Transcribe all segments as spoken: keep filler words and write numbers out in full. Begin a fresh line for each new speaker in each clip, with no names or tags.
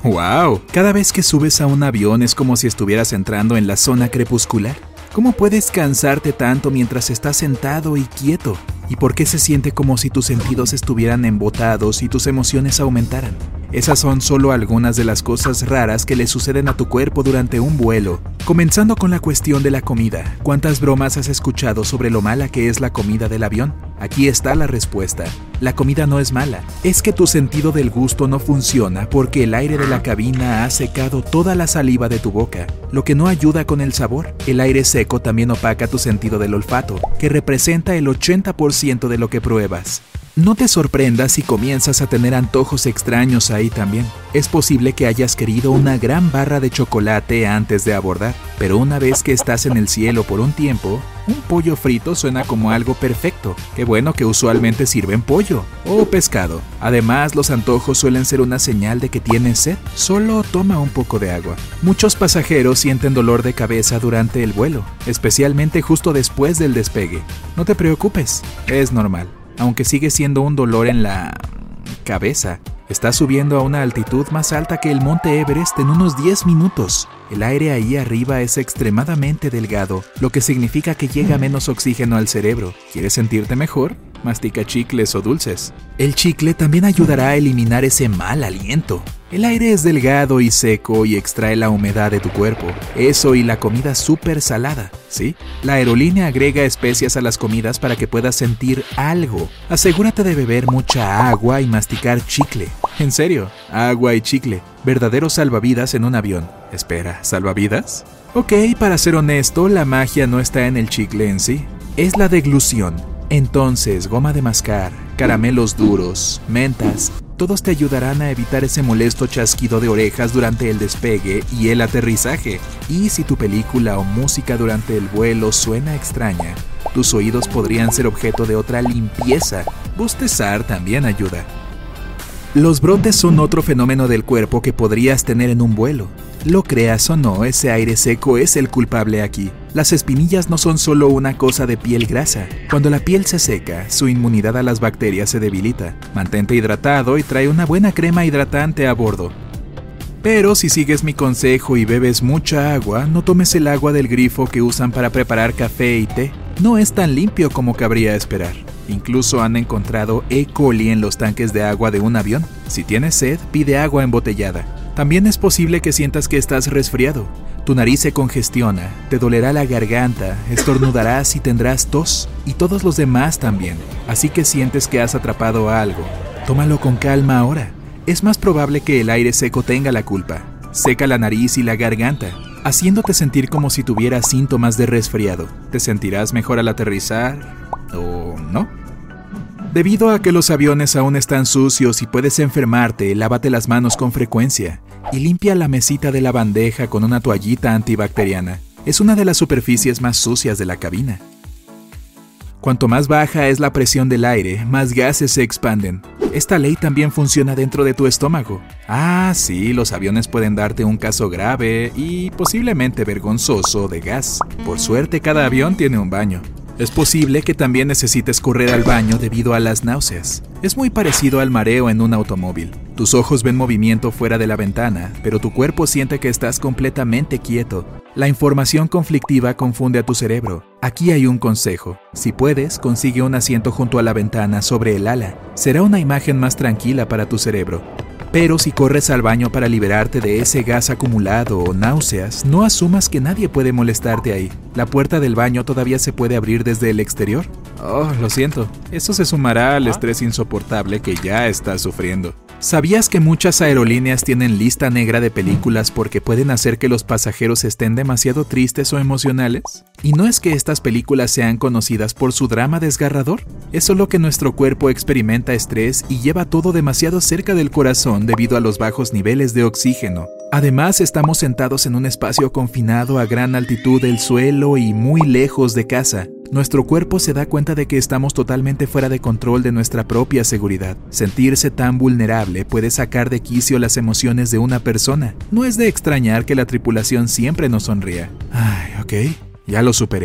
¡Wow! Cada vez que subes a un avión es como si estuvieras entrando en la zona crepuscular. ¿Cómo puedes cansarte tanto mientras estás sentado y quieto? ¿Y por qué se siente como si tus sentidos estuvieran embotados y tus emociones aumentaran? Esas son solo algunas de las cosas raras que le suceden a tu cuerpo durante un vuelo. Comenzando con la cuestión de la comida. ¿Cuántas bromas has escuchado sobre lo mala que es la comida del avión? Aquí está la respuesta. La comida no es mala. Es que tu sentido del gusto no funciona porque el aire de la cabina ha secado toda la saliva de tu boca, lo que no ayuda con el sabor. El aire seco también opaca tu sentido del olfato, que representa el ochenta por ciento de lo que pruebas. No te sorprendas si comienzas a tener antojos extraños ahí también. Es posible que hayas querido una gran barra de chocolate antes de abordar, pero una vez que estás en el cielo por un tiempo, un pollo frito suena como algo perfecto. Qué bueno que usualmente sirven pollo o pescado. Además, los antojos suelen ser una señal de que tienes sed. Solo toma un poco de agua. Muchos pasajeros sienten dolor de cabeza durante el vuelo, especialmente justo después del despegue. No te preocupes, es normal. Aunque sigue siendo un dolor en la cabeza. Estás subiendo a una altitud más alta que el monte Everest en unos diez minutos. El aire ahí arriba es extremadamente delgado, lo que significa que llega menos oxígeno al cerebro. ¿Quieres sentirte mejor? Mastica chicles o dulces. El chicle también ayudará a eliminar ese mal aliento. El aire es delgado y seco y extrae la humedad de tu cuerpo. Eso y la comida súper salada, ¿sí? La aerolínea agrega especias a las comidas para que puedas sentir algo. Asegúrate de beber mucha agua y masticar chicle. En serio, agua y chicle. Verdaderos salvavidas en un avión. Espera, ¿salvavidas? Ok, para ser honesto, la magia no está en el chicle en sí. Es la deglución. Entonces, goma de mascar, caramelos duros, mentas, todos te ayudarán a evitar ese molesto chasquido de orejas durante el despegue y el aterrizaje. Y si tu película o música durante el vuelo suena extraña, tus oídos podrían ser objeto de otra limpieza. Bostezar también ayuda. Los brotes son otro fenómeno del cuerpo que podrías tener en un vuelo. Lo creas o no, ese aire seco es el culpable aquí. Las espinillas no son solo una cosa de piel grasa. Cuando la piel se seca, su inmunidad a las bacterias se debilita. Mantente hidratado y trae una buena crema hidratante a bordo. Pero si sigues mi consejo y bebes mucha agua, no tomes el agua del grifo que usan para preparar café y té. No es tan limpio como cabría esperar. Incluso han encontrado E. coli en los tanques de agua de un avión. Si tienes sed, pide agua embotellada. También es posible que sientas que estás resfriado. Tu nariz se congestiona, te dolerá la garganta, estornudarás y tendrás tos, y todos los demás también. Así que sientes que has atrapado algo. Tómalo con calma ahora. Es más probable que el aire seco tenga la culpa. Seca la nariz y la garganta, haciéndote sentir como si tuvieras síntomas de resfriado. ¿Te sentirás mejor al aterrizar o no? Debido a que los aviones aún están sucios y puedes enfermarte, lávate las manos con frecuencia y limpia la mesita de la bandeja con una toallita antibacteriana. Es una de las superficies más sucias de la cabina. Cuanto más baja es la presión del aire, más gases se expanden. Esta ley también funciona dentro de tu estómago. Ah, sí, los aviones pueden darte un caso grave y posiblemente vergonzoso de gas. Por suerte, cada avión tiene un baño. Es posible que también necesites correr al baño debido a las náuseas. Es muy parecido al mareo en un automóvil. Tus ojos ven movimiento fuera de la ventana, pero tu cuerpo siente que estás completamente quieto. La información conflictiva confunde a tu cerebro. Aquí hay un consejo. Si puedes, consigue un asiento junto a la ventana sobre el ala. Será una imagen más tranquila para tu cerebro. Pero si corres al baño para liberarte de ese gas acumulado o náuseas, no asumas que nadie puede molestarte ahí. ¿La puerta del baño todavía se puede abrir desde el exterior? Oh, lo siento. Eso se sumará al estrés insoportable que ya estás sufriendo. ¿Sabías que muchas aerolíneas tienen lista negra de películas porque pueden hacer que los pasajeros estén demasiado tristes o emocionales? Y no es que estas películas sean conocidas por su drama desgarrador, es solo que nuestro cuerpo experimenta estrés y lleva todo demasiado cerca del corazón debido a los bajos niveles de oxígeno. Además, estamos sentados en un espacio confinado a gran altitud del suelo y muy lejos de casa. Nuestro cuerpo se da cuenta de que estamos totalmente fuera de control de nuestra propia seguridad. Sentirse tan vulnerable puede sacar de quicio las emociones de una persona. No es de extrañar que la tripulación siempre nos sonría. Ay, ok, ya lo superé.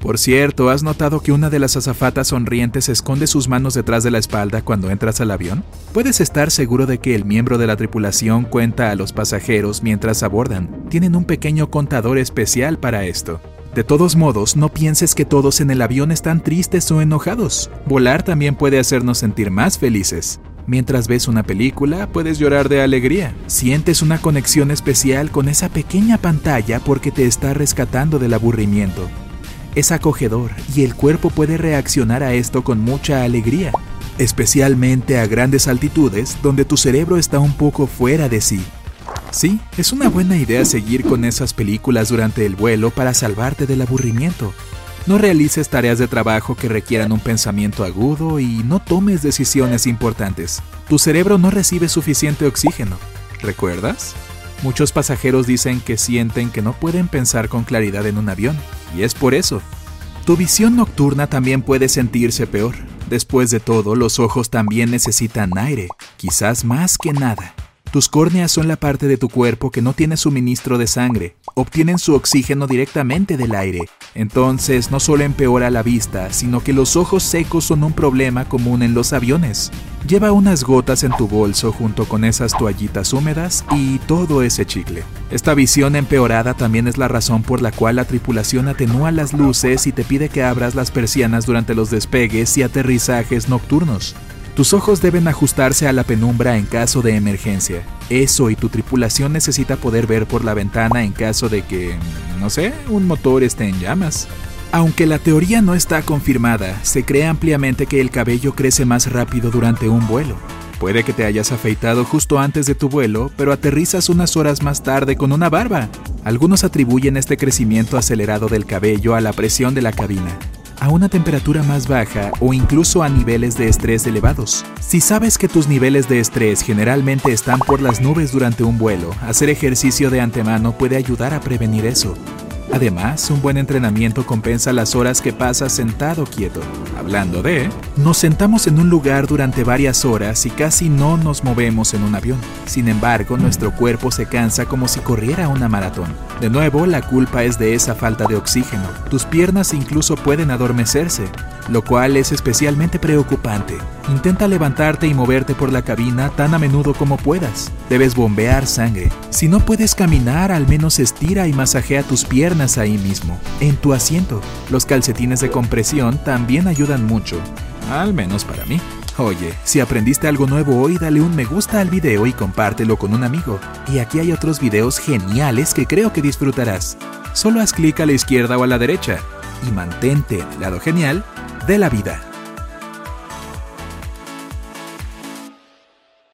Por cierto, ¿has notado que una de las azafatas sonrientes esconde sus manos detrás de la espalda cuando entras al avión? Puedes estar seguro de que el miembro de la tripulación cuenta a los pasajeros mientras abordan. Tienen un pequeño contador especial para esto. De todos modos, no pienses que todos en el avión están tristes o enojados. Volar también puede hacernos sentir más felices. Mientras ves una película, puedes llorar de alegría. Sientes una conexión especial con esa pequeña pantalla porque te está rescatando del aburrimiento. Es acogedor y el cuerpo puede reaccionar a esto con mucha alegría, especialmente a grandes altitudes donde tu cerebro está un poco fuera de sí. Sí, es una buena idea seguir con esas películas durante el vuelo para salvarte del aburrimiento. No realices tareas de trabajo que requieran un pensamiento agudo y no tomes decisiones importantes. Tu cerebro no recibe suficiente oxígeno. ¿Recuerdas? Muchos pasajeros dicen que sienten que no pueden pensar con claridad en un avión, y es por eso. Tu visión nocturna también puede sentirse peor. Después de todo, los ojos también necesitan aire, quizás más que nada. Tus córneas son la parte de tu cuerpo que no tiene suministro de sangre. Obtienen su oxígeno directamente del aire. Entonces, no solo empeora la vista, sino que los ojos secos son un problema común en los aviones. Lleva unas gotas en tu bolso junto con esas toallitas húmedas y todo ese chicle. Esta visión empeorada también es la razón por la cual la tripulación atenúa las luces y te pide que abras las persianas durante los despegues y aterrizajes nocturnos. Tus ojos deben ajustarse a la penumbra en caso de emergencia. Eso, y tu tripulación necesita poder ver por la ventana en caso de que, no sé, un motor esté en llamas. Aunque la teoría no está confirmada, se cree ampliamente que el cabello crece más rápido durante un vuelo. Puede que te hayas afeitado justo antes de tu vuelo, pero aterrizas unas horas más tarde con una barba. Algunos atribuyen este crecimiento acelerado del cabello a la presión de la cabina, a una temperatura más baja o incluso a niveles de estrés elevados. Si sabes que tus niveles de estrés generalmente están por las nubes durante un vuelo, hacer ejercicio de antemano puede ayudar a prevenir eso. Además, un buen entrenamiento compensa las horas que pasas sentado quieto. Hablando de, nos sentamos en un lugar durante varias horas y casi no nos movemos en un avión. Sin embargo, nuestro cuerpo se cansa como si corriera una maratón. De nuevo, la culpa es de esa falta de oxígeno. Tus piernas incluso pueden adormecerse, lo cual es especialmente preocupante. Intenta levantarte y moverte por la cabina tan a menudo como puedas. Debes bombear sangre. Si no puedes caminar, al menos estira y masajea tus piernas ahí mismo, en tu asiento. Los calcetines de compresión también ayudan mucho, al menos para mí. Oye, si aprendiste algo nuevo hoy, dale un me gusta al video y compártelo con un amigo. Y aquí hay otros videos geniales que creo que disfrutarás. Solo haz clic a la izquierda o a la derecha y mantente en el lado genial de la vida.